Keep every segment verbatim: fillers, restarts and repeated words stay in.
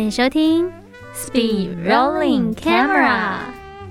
迎收听 Speed Rolling Camera。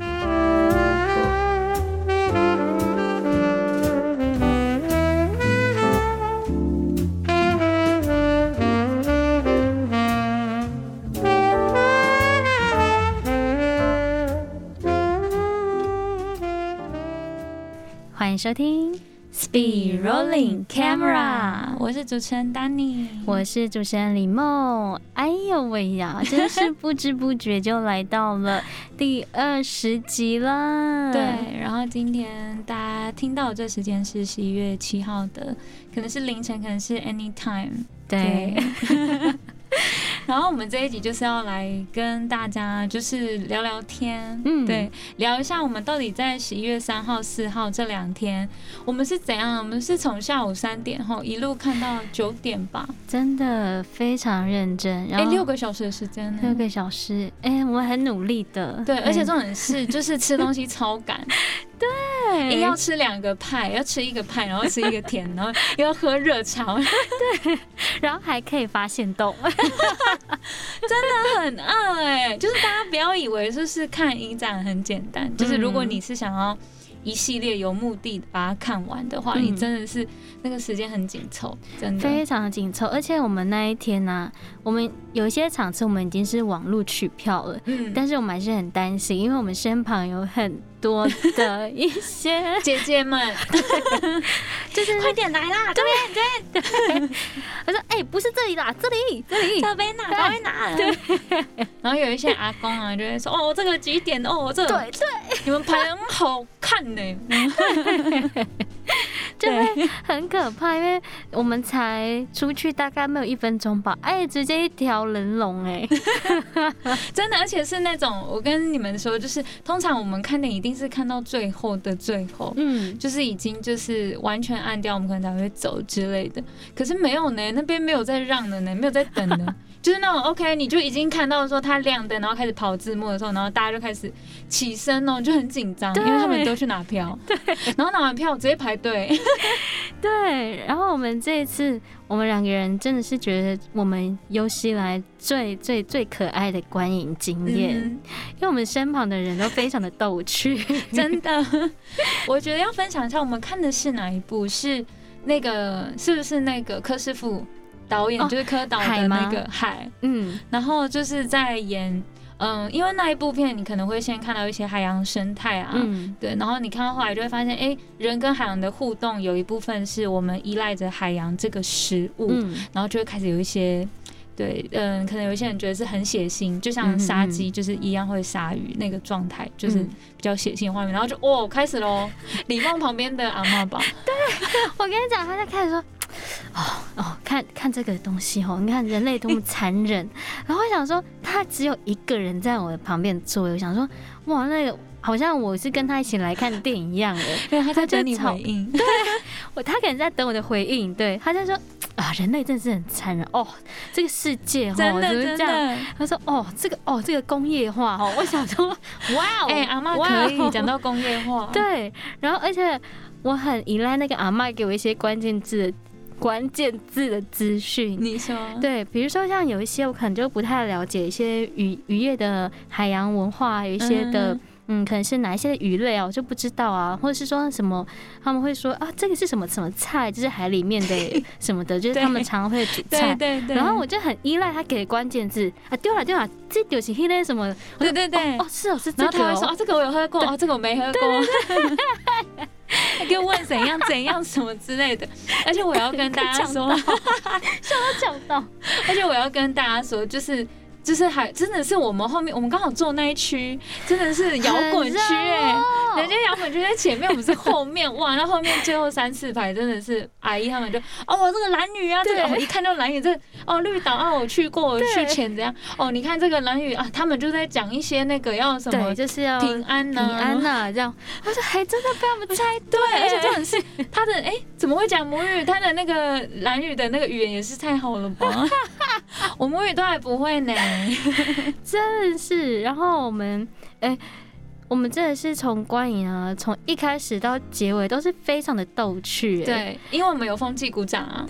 欢迎收听 Speed Rolling Camera， 我是主持人 Danny， 我是主持人李梦。哎呦喂呀，真是不知不觉就来到了第二十集了。 对，然后今天大家听到的这时间是十一月七号的，可能是凌晨，可能是 anytime。 对。 对然后我们这一集就是要来跟大家就是聊聊天，嗯，对，聊一下我们到底在十一月三号、四号这两天，我们是怎样？我们是从下午三点后一路看到九点吧，真的非常认真。 哎，六个小时的时间， 六个小时，哎，我们很努力的。 对，而且重点是就是吃东西超赶。对，硬要吃两个派，要吃一个派，然后吃一个甜，然后又要喝热茶， 对，然后还可以发现动， 真的很饿哎！就是大家不要以为就是看影展很简单，就是如果你是想要一系列有目的把它看完的话，嗯、你真的是那个时间很紧凑，真的非常紧凑。而且我们那一天呢、啊，我们有一些场次我们已经是网路取票了，嗯，但是我们还是很担心，因为我们身旁有很多的一些姐姐们， 就是快点来啦， 对对对，他说：“哎、欸，不是这里啦，这里这里， 这边哪，这边哪？”对。然后有一些阿公啊，就会说：“哦，这个几点？哦，这个对对， 你们排得很好看呢。” 就会很可怕，因为我们才出去大概没有一分钟吧，哎，直接一条人龙哎， 真的，而且是那种我跟你们说，就是通常我们看电影一定是看到最后的最后，嗯，就是已经就是完全暗掉，我们可能才会走之类的。可是没有呢，那边没有在让的呢，没有在等的。就是那种 OK， 你就已经看到说他亮灯，然后开始跑字幕的时候，然后大家就开始起身哦，就很紧张，因为他们都去拿票，对，然后拿完票直接排队， 对，然后我们这一次，我们两个人真的是觉得我们有史以来最最最可爱的观影经验，嗯、因为我们身旁的人都非常的逗趣， 真的，我觉得要分享一下，我们看的是哪一部？是那个是不是那个柯师傅？导演就是柯导的那个海，嗯，然后就是在演，嗯，因为那一部片你可能会先看到一些海洋生态啊，嗯，对，然后你看到后来就会发现，哎、欸，人跟海洋的互动有一部分是我们依赖着海洋这个食物，嗯，然后就会开始有一些，对，嗯，可能有一些人觉得是很血腥，就像杀鸡就是一样会杀鱼那个状态，就是比较血腥的画面，然后就哦开始咯，李梦旁边的阿嬷吧， 对，我跟你讲，他在开始说。哦哦，看看这个东西哦，你看人类多么残忍。然后我想说，他只有一个人在我的旁边坐，我想说，哇，那个好像我是跟他一起来看电影一样的。 对，他在等你回应。 对，我他可能在等我的回应。对，他在说啊，人类真的是很残忍哦，这个世界哦， 真的怎么这样？他说哦，这个哦，这个工业化哦，我想说，哇哦， 哎、欸，阿嬷可以讲到工业化。 对，然后而且我很依赖那个阿嬷给我一些关键字。关键字的资讯， 你说对，比如说像有一些我可能就不太了解一些渔渔业的海洋文化，有一些的 嗯, 嗯，可能是哪一些鱼类啊，我就不知道啊，或者是说什么他们会说啊，这个是什么什么菜，就是海里面的什么的，就是他们常常会煮菜， 对对对。 然后我就很依赖他给的关键字啊，丢了丢了，这就是那个什么， 对对对， 哦, 哦是哦是这个、哦， 然后他会说啊，这个我有喝过，哦这个我没喝过。对对对他就问怎样怎样什么之类的，而且我要跟大家说， 想要讲到， 而且我要跟大家说，就是就是还真的是我们后面，我们刚好坐那一区，真的是摇滚区哎，人家摇滚区在前面，我们是后面哇，那后面最后三四排真的是阿姨他们就哦这个兰屿啊，这个、哦、一看就兰屿，这个、哦绿岛啊我去过，我去前怎样哦，你看这个兰屿啊，他们就在讲一些那个要什么， 就是要平安呐、啊、 平安呐、啊、这样，我说还真的被他们猜对， 对，而且重点是他的哎、欸、怎么会讲母语，他的那个兰屿的那个语言也是太好了吧，我母语都还不会呢。 真的是，然后我们哎、欸， 我们真的是从观影啊，从一开始到结尾都是非常的逗趣、欸。 对，因为我们有风纪鼓掌啊。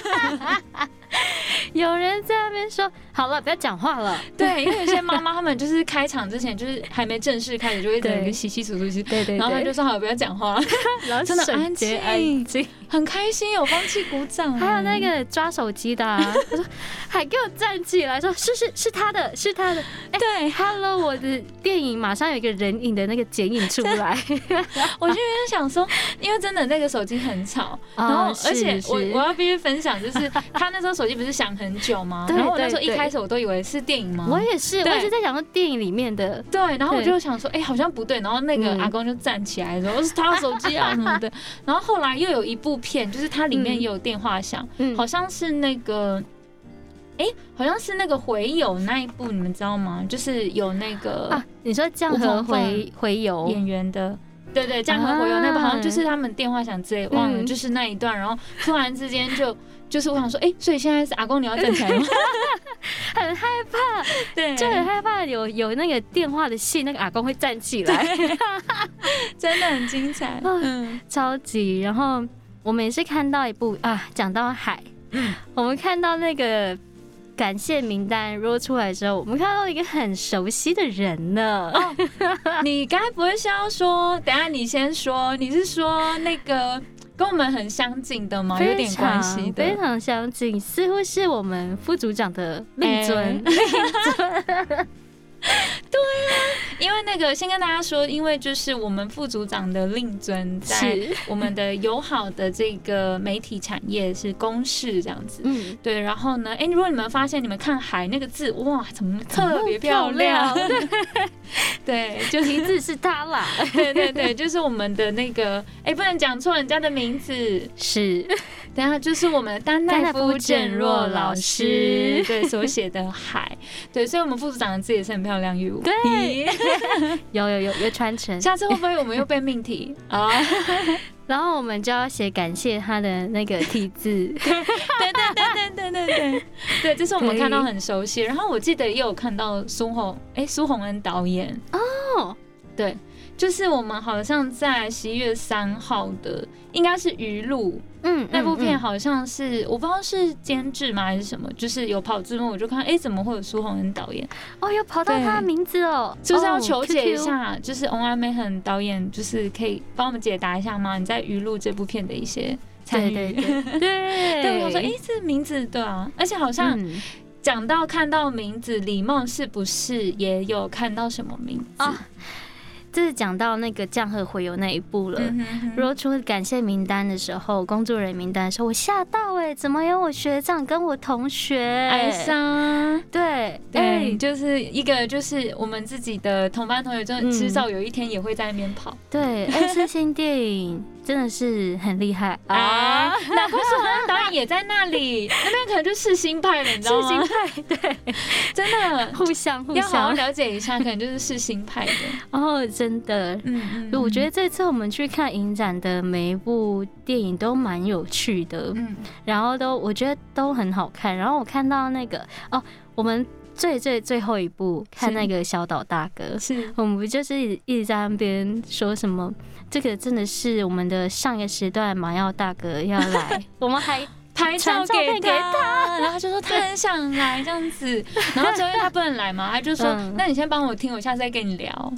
有人在那边说：“好了，不要讲话了。” 对，因为有些妈妈他们就是开场之前，就是还没正式开始，就会整个稀稀疏疏，对对对，然后他就说：“好，不要讲话。”然后真的安静，安静，很开心，有风纪鼓掌。 还有那个抓手机的、啊，他说：“还给我站起来，说是是是他的，是他的。欸” 对 ，Hello， 我的电影马上有一个人影的那个剪影出来。 我就想说，因为真的那个手机很吵，然后而且我我要必须分享，就是他那时候手机不是响很久吗？然后我那时候一开始我都以为是电影吗？ 我也是，我也是在想说电影里面的。 对，然后我就想说，哎、欸，好像不对。然后那个阿公就站起来说：“是他的手机啊什么的。”然后后来又有一部片，就是它里面也有电话响，嗯、好像是那个，哎、欸，好像是那个回游那一部，你们知道吗？就是有那个啊，你说降河回回游演员的。对对，降河回游那部好像就是他们电话响之类，忘了、嗯、就是那一段，然后突然之间就就是我想说，哎、欸，所以现在是阿公你要站起来吗？ 很害怕， 对， 就很害怕有有那个电话的戏，那个阿公会站起来， 真的很精彩， 嗯，超级。然后我们也是看到一部啊，讲到海，嗯，我们看到那个。感谢名单 roll 出来之后，我们看到一个很熟悉的人呢。 哦，你该不会是要说，等一下你先说，你是说那个跟我们很相近的吗？有点关系的， 非常相近，似乎是我们副组长的令尊。令尊对啊，因为那个先跟大家说，因为就是我们副组长的令尊在我们的友好的这个媒体产业是公示这样子，嗯，对，然后呢，哎、欸，如果你们发现你们看海那个字，哇，怎么特别漂亮？对，就题字是他啦， 对对对，就是我们的那个，哎、欸，不能讲错人家的名字， 是， 等一下就是我们丹奈夫正若老师对所写的海，对，所以我们副组长的字也是很漂亮，有对，有有有有传承。 下次会不会我们又被命题啊？ 然后我们就要写感谢他的那个题字。对对对对对对对对，这是我们看到很熟悉。然后我记得也有看到苏宏哎苏宏恩导演哦，对，就是我们好像在十一月三号的，应该是鱼露。嗯，那部片好像是、嗯嗯、我不知道是监制吗还是什么，就是有跑字幕，我就看，哎、欸，怎么会有苏宏恩导演？ 哦，有跑到他的名字哦， 就是要求解一下，哦、就是翁安美很导演，就是可以帮我们解答一下吗？你在鱼露这部片的一些参与？对对对对，对我想说，哎、欸，这名字对啊，而且好像讲到看到名字，李梦是不是也有看到什么名字？啊， 这是讲到那个降河回游那一步了。如果出感谢名单的时候，工作人员名单的时候，我吓到哎、欸，怎么有我学长跟我同学艾莎？ 对对、欸，就是一个就是我们自己的同班同学，真的迟早有一天也会在那边跑。 嗯、对，哎、欸，这新电影真的是很厉害啊！难怪苏宏恩导演也在那里，那边可能就世新派了，你知道吗？ 世新派，对， 真的互相互相要好好了解一下，可能就是世新派的。 哦，真的，嗯嗯，我觉得这次我们去看影展的每一部电影都蛮有趣的，嗯，然后都我觉得都很好看。然后我看到那个哦，我们最最最后一部看那个小岛大哥，是我们不就是一直在那边说什么？这个真的是我们的上一个时段马耀大哥要来，我们还拍照给他，然后他就说他很想来这样子，然后因为他不能来嘛，他就说、嗯、那你先帮我听，我下次再跟你聊。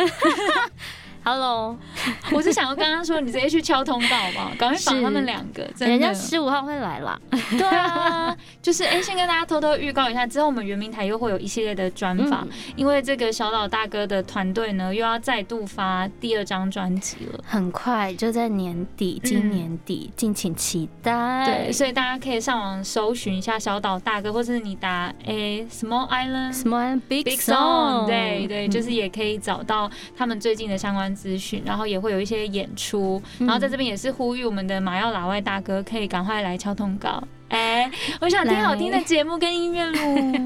Hello， 我是想要跟他说，你直接去敲通道吧，赶快访他们两个。真的， 人家十五号会来啦。 对啊，就是哎、欸，先跟大家偷偷预告一下，之后我们原民台又会有一系列的专访、嗯，因为这个小岛大哥的团队呢，又要再度发第二张专辑了， 很快就在年底，今年底，嗯、敬请期待。 对，所以大家可以上网搜寻一下小岛大哥，或者是你打哎、欸、Small Island、Small Big Big Song， 对对，就是也可以找到他们最近的相关资讯，然后也会有一些演出，然后在这边也是呼吁我们的马耀老外大哥可以赶快来敲通告。哎、欸，我想听好听的节目跟音乐喽。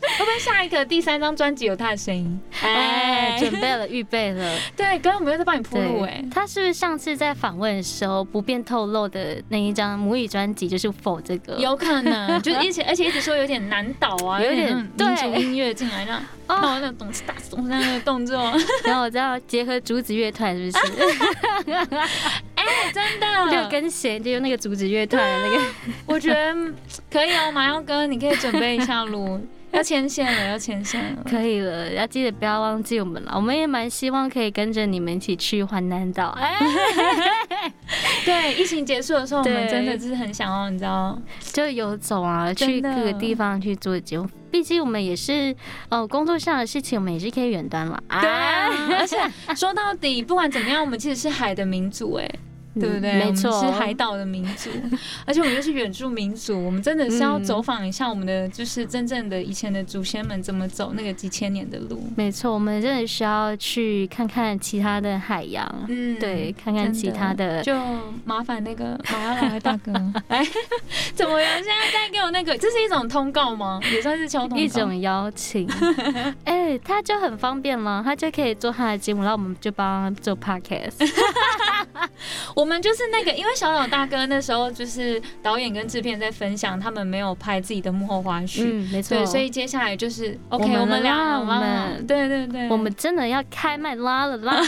会不会下一个第三张专辑有他的声音？ 哎，准备了，预备了。 对，刚刚我们又在帮你铺路哎。 他是不是上次在访问的时候不便透露的那一张母语专辑就是否这个？ 有可能，就是一直而且一直说有点难倒啊，有点民族音乐进来这样，然后那个咚哧哒哧咚哧那个动作， 然后我知道结合竹子乐团是不是？ 哎，真的， 就跟弦就用那个竹子乐团的那个， 我觉得可以哦，马耀哥，你可以准备一下路。要牵线了，要牵线了， 可以了，要记得不要忘记我们了。我们也蛮希望可以跟着你们一起去环南岛。哎， 对，疫情结束的时候，我们真的就是很想要，你知道， 就游走啊，去各个地方去做节目。毕竟我们也是，哦，工作上的事情，我们也是可以远端了。 对啊，而且说到底，不管怎么样，我们其实是海的民族，哎。对不对？ 没错， 我们是海岛的民族，而且我们又是原住民族，我们真的是要走访一下我们的，就是真正的以前的祖先们怎么走那个几千年的路。 没错，我们真的需要去看看其他的海洋，嗯，对，看看其他的。 就麻烦那个马耀来大哥，哎，怎么样？现在在给我那个，这是一种通告吗？也算是敲通告， 一种邀请。哎，他就很方便了，他就可以做他的节目，然后我们就帮他做 podcast。 我们就是那个，因为小岛大哥那时候就是导演跟制片在分享，他们没有拍自己的幕后花絮， 嗯，没错， 对，所以接下来就是 OK， 我们俩，我们，对对对， 我们真的要开麦拉了啦，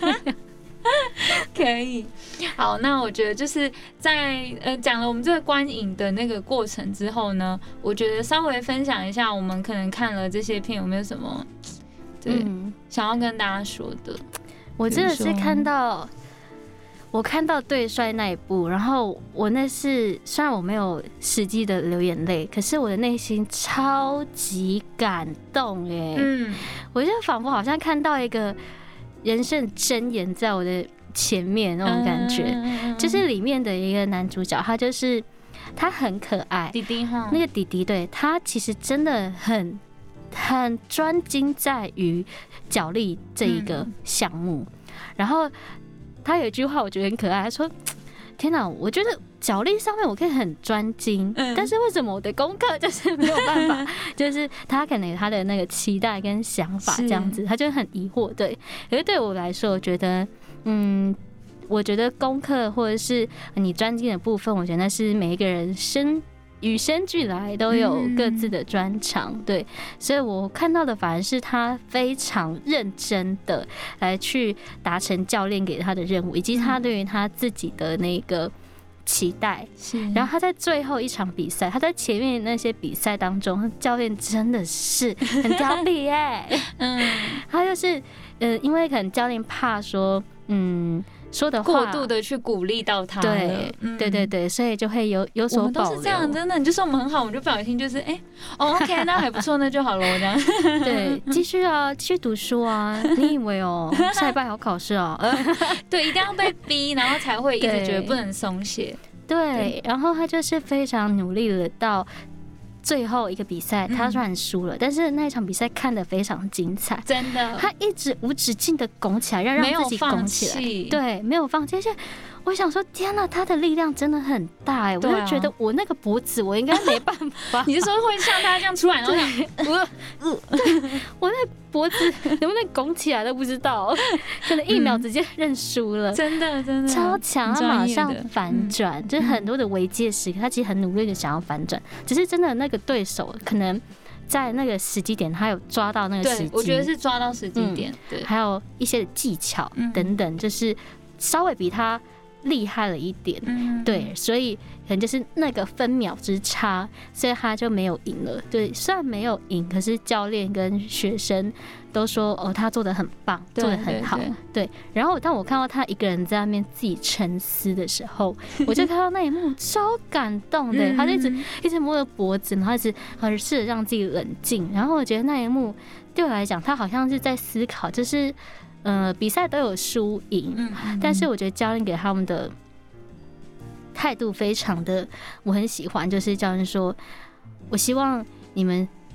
可以。好，那我觉得就是在呃讲了我们这个观影的那个过程之后呢，我觉得稍微分享一下，我们可能看了这些片有没有什么对、嗯、想要跟大家说的。 我真的是看到。我看到对帅那一部，然后我那是虽然我没有实际的流眼泪，可是我的内心超级感动哎，嗯，我就仿佛好像看到一个人生箴言在我的前面那种感觉，嗯、就是里面的一个男主角，他就是他很可爱， 弟弟哈， 那个弟弟对他其实真的很很专精在于角力这一个项目，嗯、然后。他有一句话我觉得很可爱，他说：“天哪，我觉得角力上面我可以很专精，嗯、但是为什么我的功课就是没有办法？就是他可能有他的那个期待跟想法这样子，他就很疑惑。对，可是对我来说，我觉得，嗯，我觉得功课或者是你专精的部分，我觉得那是每一个人生。”与生俱来都有各自的专长，嗯、对，所以我看到的反而是他非常认真的来去达成教练给他的任务，以及他对于他自己的那个期待。是，然后他在最后一场比赛，他在前面那些比赛当中，教练真的是很调皮耶。嗯，他就是呃，因为可能教练怕说，嗯。说的话过度的去鼓励到他， 对、嗯、对对对，所以就会有有所保留。 我们都是这样，真的，你就说我们很好，我们就不小心就是哎、欸，哦 ，OK， 那还不错，那就好了，这样。 对，继续啊，继续读书啊。你以为哦，下礼拜还要考试啊？ 对，一定要被逼，然后才会一直觉得不能松懈。 对，对，然后他就是非常努力的到。最后一个比赛，他虽然输了，嗯、但是那一场比赛看得非常精彩， 真的。 他一直无止境的拱起来，让让自己拱起来，对，没有放弃。而且我想说，天哪，他的力量真的很大哎、欸！我就觉得我那个脖子，我应该没办法。 你是说会像他这样出来，然后我，我那脖子能不能拱起来都不知道，可能一秒直接认输了。 嗯、真的，真的超强，他马上反转，嗯、就是很多的危机时刻，他其实很努力的想要反转，只是真的那个对手可能。在那个时机点，他有抓到那个时机， 我觉得是抓到时机点，嗯、对， 还有一些技巧等等，就是稍微比他厉害了一点，嗯、对，所以可能就是那个分秒之差，所以他就没有赢了。对，虽然没有赢，可是教练跟学生都说哦，他做得很棒，做得很好， 对, 对, 对, 对。然后当我看到他一个人在那边自己沉思的时候，我就看到那一幕超感动的，他就一直一直摸着脖子，然后一直呃试着让自己冷静。然后我觉得那一幕对我来讲，他好像是在思考，就是。呃，比赛都有输赢，嗯嗯、但是我觉得教练给他们的态度非常的，我很喜欢。就是教练说，我希望你们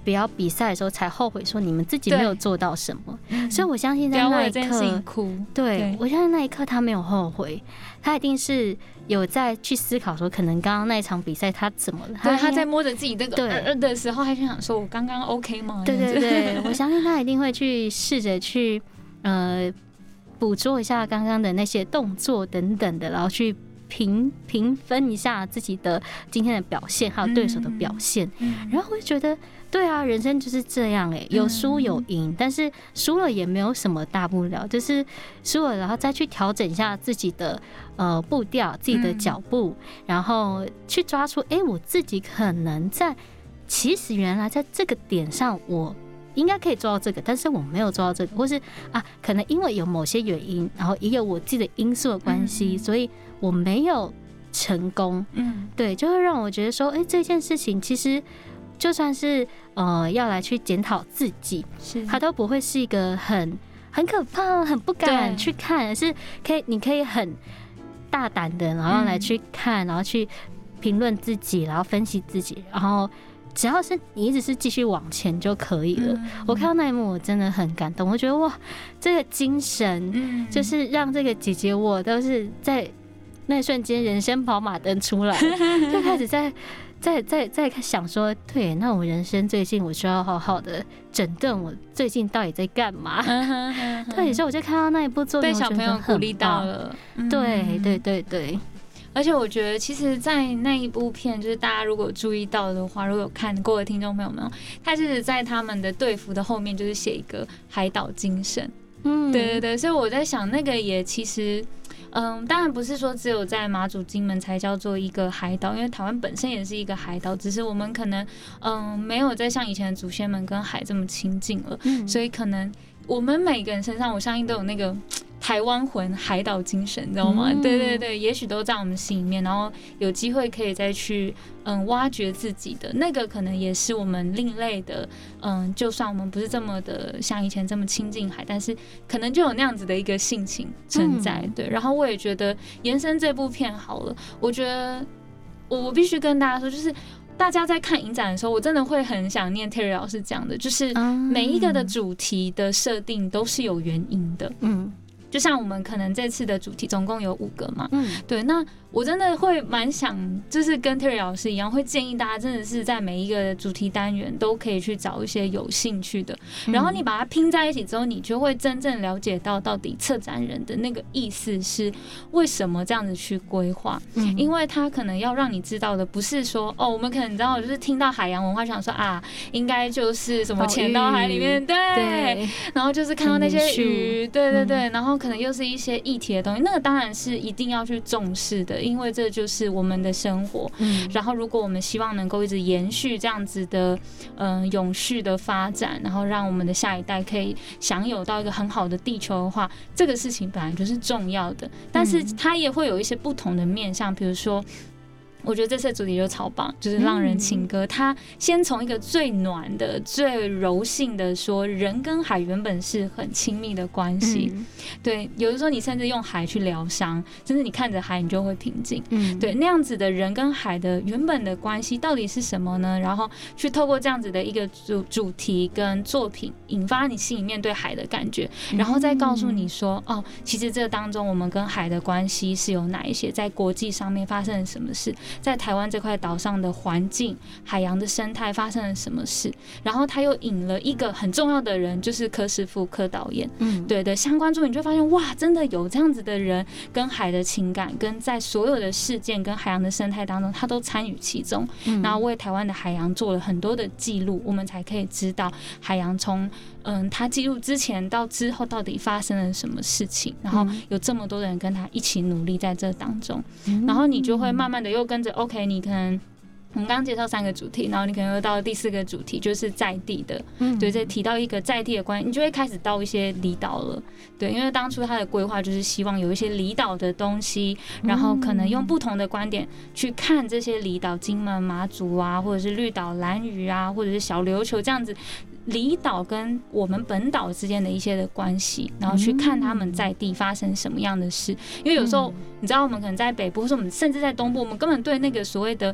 不要比赛的时候才后悔说你们自己没有做到什么。所以我相信在那一刻，对，对我相信那一刻他没有后悔，他一定是有在去思考说，可能刚刚那一场比赛他怎么了？ 对，他在摸着自己这个耳的时候，他就想说：“我刚刚 OK 吗？” 对对对，我相信他一定会去试着去呃捕捉一下刚刚的那些动作等等的，然后去评评分一下自己的今天的表现，还有对手的表现。嗯嗯、然后我就觉得，对啊，人生就是这样哎、欸，有输有赢，但是输了也没有什么大不了，就是输了然后再去调整一下自己的呃步调、自己的脚步，然后去抓出哎、欸，我自己可能在其实原来在这个点上我应该可以做到这个，但是我没有做到这个，或是啊，可能因为有某些原因，然后也有我自己的因素的关系，嗯、所以我没有成功。嗯，对，就会让我觉得说，哎、欸，这件事情其实就算是呃要来去检讨自己，它都不会是一个很很可怕、很不敢去看，而是可以你可以很大胆的，然后来去看，然后去评论自己，然后分析自己，然后。只要是你一直是继续往前就可以了。嗯、我看到那一幕，我真的很感动。我觉得哇，这个精神就是让这个姐姐我都是在那瞬间人生跑马灯出来，就开始在在在在想说，对，那我人生最近我需要好好的整顿我最近到底在干嘛。对，所以我就看到那一部作品， 被小朋友鼓励到了。 对对对对。 而且我觉得，其实，在那一部片，就是大家如果注意到的话，如果有看过的听众朋友们，他就是在他们的队服的后面，就是写一个海岛精神。嗯，对对对，所以我在想，那个也其实，嗯，当然不是说只有在马祖金门才叫做一个海岛，因为台湾本身也是一个海岛，只是我们可能，嗯，没有再像以前的祖先们跟海这么亲近了，嗯、所以可能我们每个人身上，我相信都有那个。台湾魂、海岛精神，你知道吗？嗯、对对对，也许都在我们心里面，然后有机会可以再去嗯挖掘自己的那个，可能也是我们另类的。嗯，就算我们不是这么的像以前这么亲近海，但是可能就有那样子的一个性情存在。嗯、对，然后我也觉得延伸这部片好了，我觉得我我必须跟大家说，就是。大家在看影展的时候，我真的会很想念 Terry 老师讲的，就是每一个的主题的设定都是有原因的。嗯。就像我们可能这次的主题总共有五个嘛，嗯，对，那我真的会蛮想，就是跟 Terry 老师一样，会建议大家真的是在每一个主题单元都可以去找一些有兴趣的，然后你把它拼在一起之后，你就会真正了解到到底策展人的那个意思是为什么这样子去规划，嗯，因为他可能要让你知道的不是说哦，我们可能你知道就是听到海洋文化想说啊，应该就是什么潜到海里面，对，对，然后就是看到那些鱼，对对对，然后。可能又是一些议题的东西，那个当然是一定要去重视的，因为这就是我们的生活。嗯，然后如果我们希望能够一直延续这样子的嗯、呃、永续的发展，然后让我们的下一代可以享有到一个很好的地球的话，这个事情本来就是重要的。但是它也会有一些不同的面向，比如说。我觉得这次的主题就超棒，就是浪人情歌。他先从一个最暖的、最柔性的说，人跟海原本是很亲密的关系。嗯、对，有的时候你甚至用海去疗伤，甚至你看着海，你就会平静。嗯，对，那样子的人跟海的原本的关系到底是什么呢？然后去透过这样子的一个主主题跟作品，引发你心里面对海的感觉，然后再告诉你说，哦，其实这当中我们跟海的关系是有哪一些，在国际上面发生了什么事。在台湾这块岛上的环境、海洋的生态发生了什么事？然后他又引了一个很重要的人，就是柯师傅、柯导演，嗯，对的相关作品，你就会发现哇，真的有这样子的人，跟海的情感，跟在所有的事件跟海洋的生态当中，他都参与其中，嗯、然后为台湾的海洋做了很多的记录，我们才可以知道海洋从嗯他记录之前到之后到底发生了什么事情，然后有这么多人跟他一起努力在这当中，嗯、然后你就会慢慢的又跟着 OK。你可能我们刚刚介绍三个主题，然后你可能又到第四个主题，就是在地的，嗯，对，再提到一个在地的关系，你就会开始到一些离岛了，对，因为当初他的规划就是希望有一些离岛的东西，然后可能用不同的观点去看这些离岛，金门、马祖啊，或者是绿岛、兰屿啊，或者是小琉球这样子。离岛跟我们本岛之间的一些的关系，然后去看他们在地发生什么样的事。因为有时候你知道，我们可能在北部，或者我们甚至在东部，我们根本对那个所谓的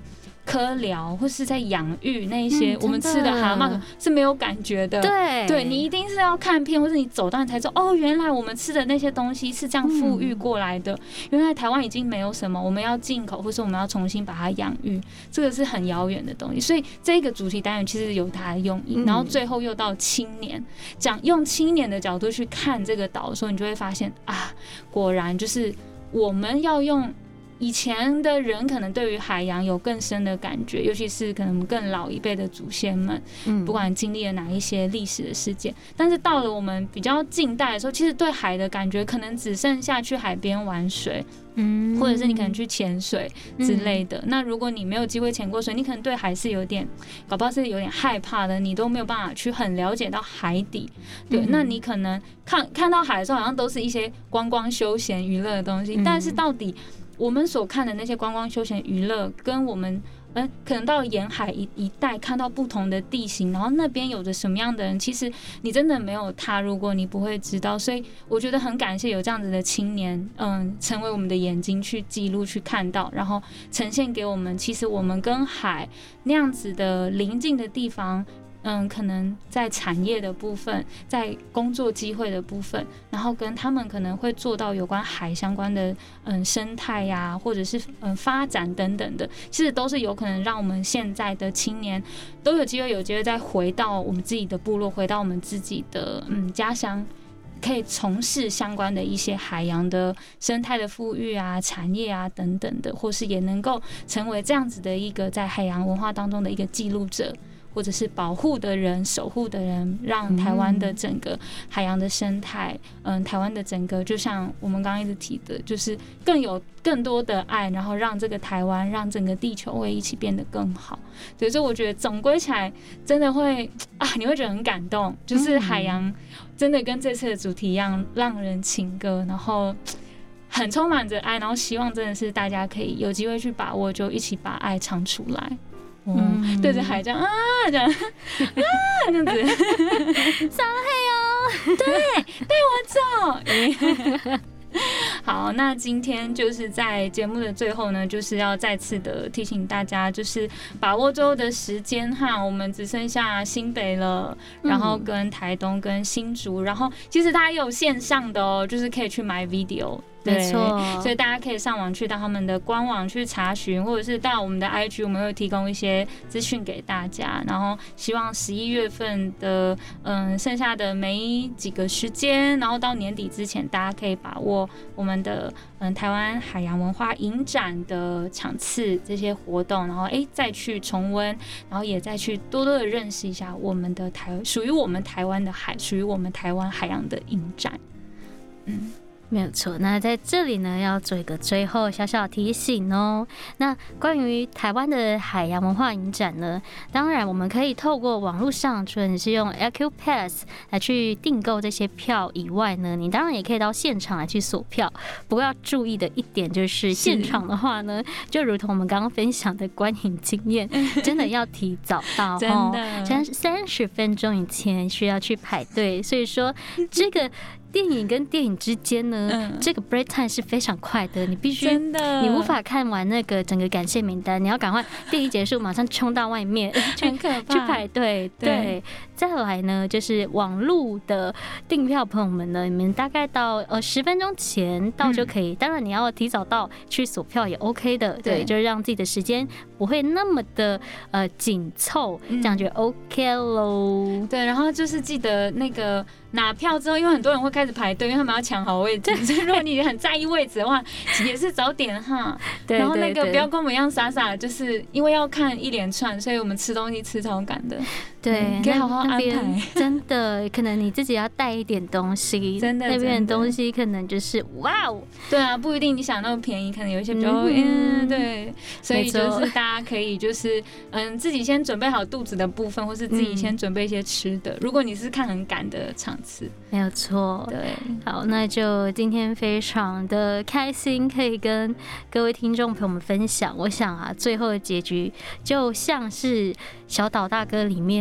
科疗或是在养育那一些，我们吃的蛤蟆是没有感觉的。 对， 对你一定是要看片，或是你走到你才知道，哦，原来我们吃的那些东西是这样富裕过来的。原来台湾已经没有什么，我们要进口，或是我们要重新把它养育，这个是很遥远的东西。所以这个主题单元其实有它的用意，然后最后又到青年，讲用青年的角度去看这个岛的时候，你就会发现啊，果然就是我们要用。以前的人可能对于海洋有更深的感觉，尤其是可能更老一辈的祖先们，不管经历了哪一些历史的事件，但是到了我们比较近代的时候，其实对海的感觉可能只剩下去海边玩水，或者是你可能去潜水之类的。那如果你没有机会潜过水，你可能对海是有点，搞不好是有点害怕的，你都没有办法去很了解到海底。对，那你可能看看到海的时候，好像都是一些观光休闲娱乐的东西，但是到底我们所看的那些观光休闲娱乐，跟我们嗯，可能到了沿海一一带看到不同的地形，然后那边有着什么样的人，其实你真的没有踏入过，你不会知道。所以我觉得很感谢有这样子的青年，嗯，成为我们的眼睛去记录、去看到，然后呈现给我们。其实我们跟海那样子的邻近的地方。嗯，可能在产业的部分，在工作机会的部分，然后跟他们可能会做到有关海相关的嗯生态呀、啊，或者是嗯发展等等的，其实都是有可能让我们现在的青年都有机会有机会再回到我们自己的部落，回到我们自己的嗯家乡，可以从事相关的一些海洋的生态的富裕啊、产业啊等等的，或是也能够成为这样子的一个在海洋文化当中的一个记录者。或者是保护的人、守护的人，让台湾的整个海洋的生态，嗯，台湾的整个，就像我们刚刚一直提的，就是更有更多的爱，然后让这个台湾、让整个地球会一起变得更好。所以，我觉得总归起来，真的会啊，你会觉得很感动，就是海洋真的跟这次的主题一样，让人情歌，然后很充满着爱，然后希望真的是大家可以有机会去把握，就一起把爱唱出来。嗯，对着海这样啊，这样啊，这样子，上海哦，对，带我走。好，那今天就是在节目的最后呢，就是要再次的提醒大家，就是把握最后的时间哈，我们只剩下新北了，然后跟台东跟新竹，然后其实它也有线上的哦，就是可以去买 video。没错，所以大家可以上网去到他们的官网去查询，或者是到我们的 I G， 我们会提供一些资讯给大家。然后希望十一月份的嗯剩下的没几个时间，然后到年底之前，大家可以把握我们的嗯台湾海洋文化影展的场次这些活动，然后哎再去重温，然后也再去多多的认识一下我们的台属于我们台湾的海，属于我们台湾海洋的影展。嗯。 没有错，那在这里呢，要做一个最后小小提醒哦。那关于台湾的海洋文化影展呢，当然我们可以透过网络上，除了你是用 L Q Pass 来去订购这些票以外呢，你当然也可以到现场来去锁票。不过要注意的一点就是，现场的话呢，就如同我们刚刚分享的观影经验，真的要提早到哦，真的三十分钟以前需要去排队。所以说这个。电影跟电影之间呢，嗯、这个 break time 是非常快的，你必须真的，你无法看完那个整个感谢名单，你要赶快电影结束马上冲到外面去去排队。对，再来呢，就是网路的订票朋友们呢，你们大概到呃十分钟前到就可以，嗯、当然你要提早到去锁票也 OK 的，对，对就是让自己的时间不会那么的呃紧凑，这样就 OK 喽。 对，然后就是记得那个。拿票之后，因为很多人会开始排队，因为他们要抢好位置。所以如果你很在意位置的话，也是早点哈。对对对然后那个不要跟我们一样傻傻，就是因为要看一连串，所以我们吃东西吃超赶的。 对， 嗯、可以好好安排。 真的，可能你自己要带一点东西。真的，那边的东西可能就是哇哦。 对啊，不一定你想那么便宜，可能有一些比较嗯对，所以就是大家可以就是嗯自己先准备好肚子的部分，或是自己先准备一些吃的。嗯、如果你是看很赶的场。 没有错， 对， 好，那就今天非常的开心，可以跟各位听众朋友们分享。我想啊，最后的结局就像是小岛大哥里面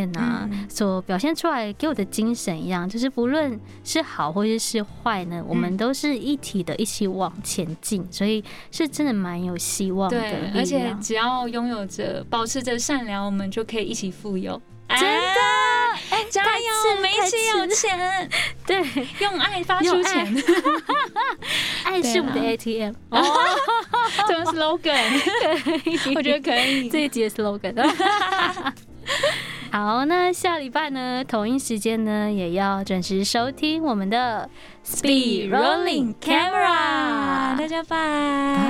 面啊，嗯、所表现出来给我的精神一样，就是不论是好或者是坏呢，我们都是一体的，一起往前进，所以是真的蛮有希望的。 对，而且只要拥有着、保持着善良，我们就可以一起富有。 真的， 哎，加油！我们一起有钱， 对， 用爱发出钱， 爱是我们的 A T M。 哦，这个 slogan， 我觉得可以， 这一集的 slogan。好，那下礼拜呢，同一时间呢，也要准时收听我们的 Speed Rolling Camera， 大家拜。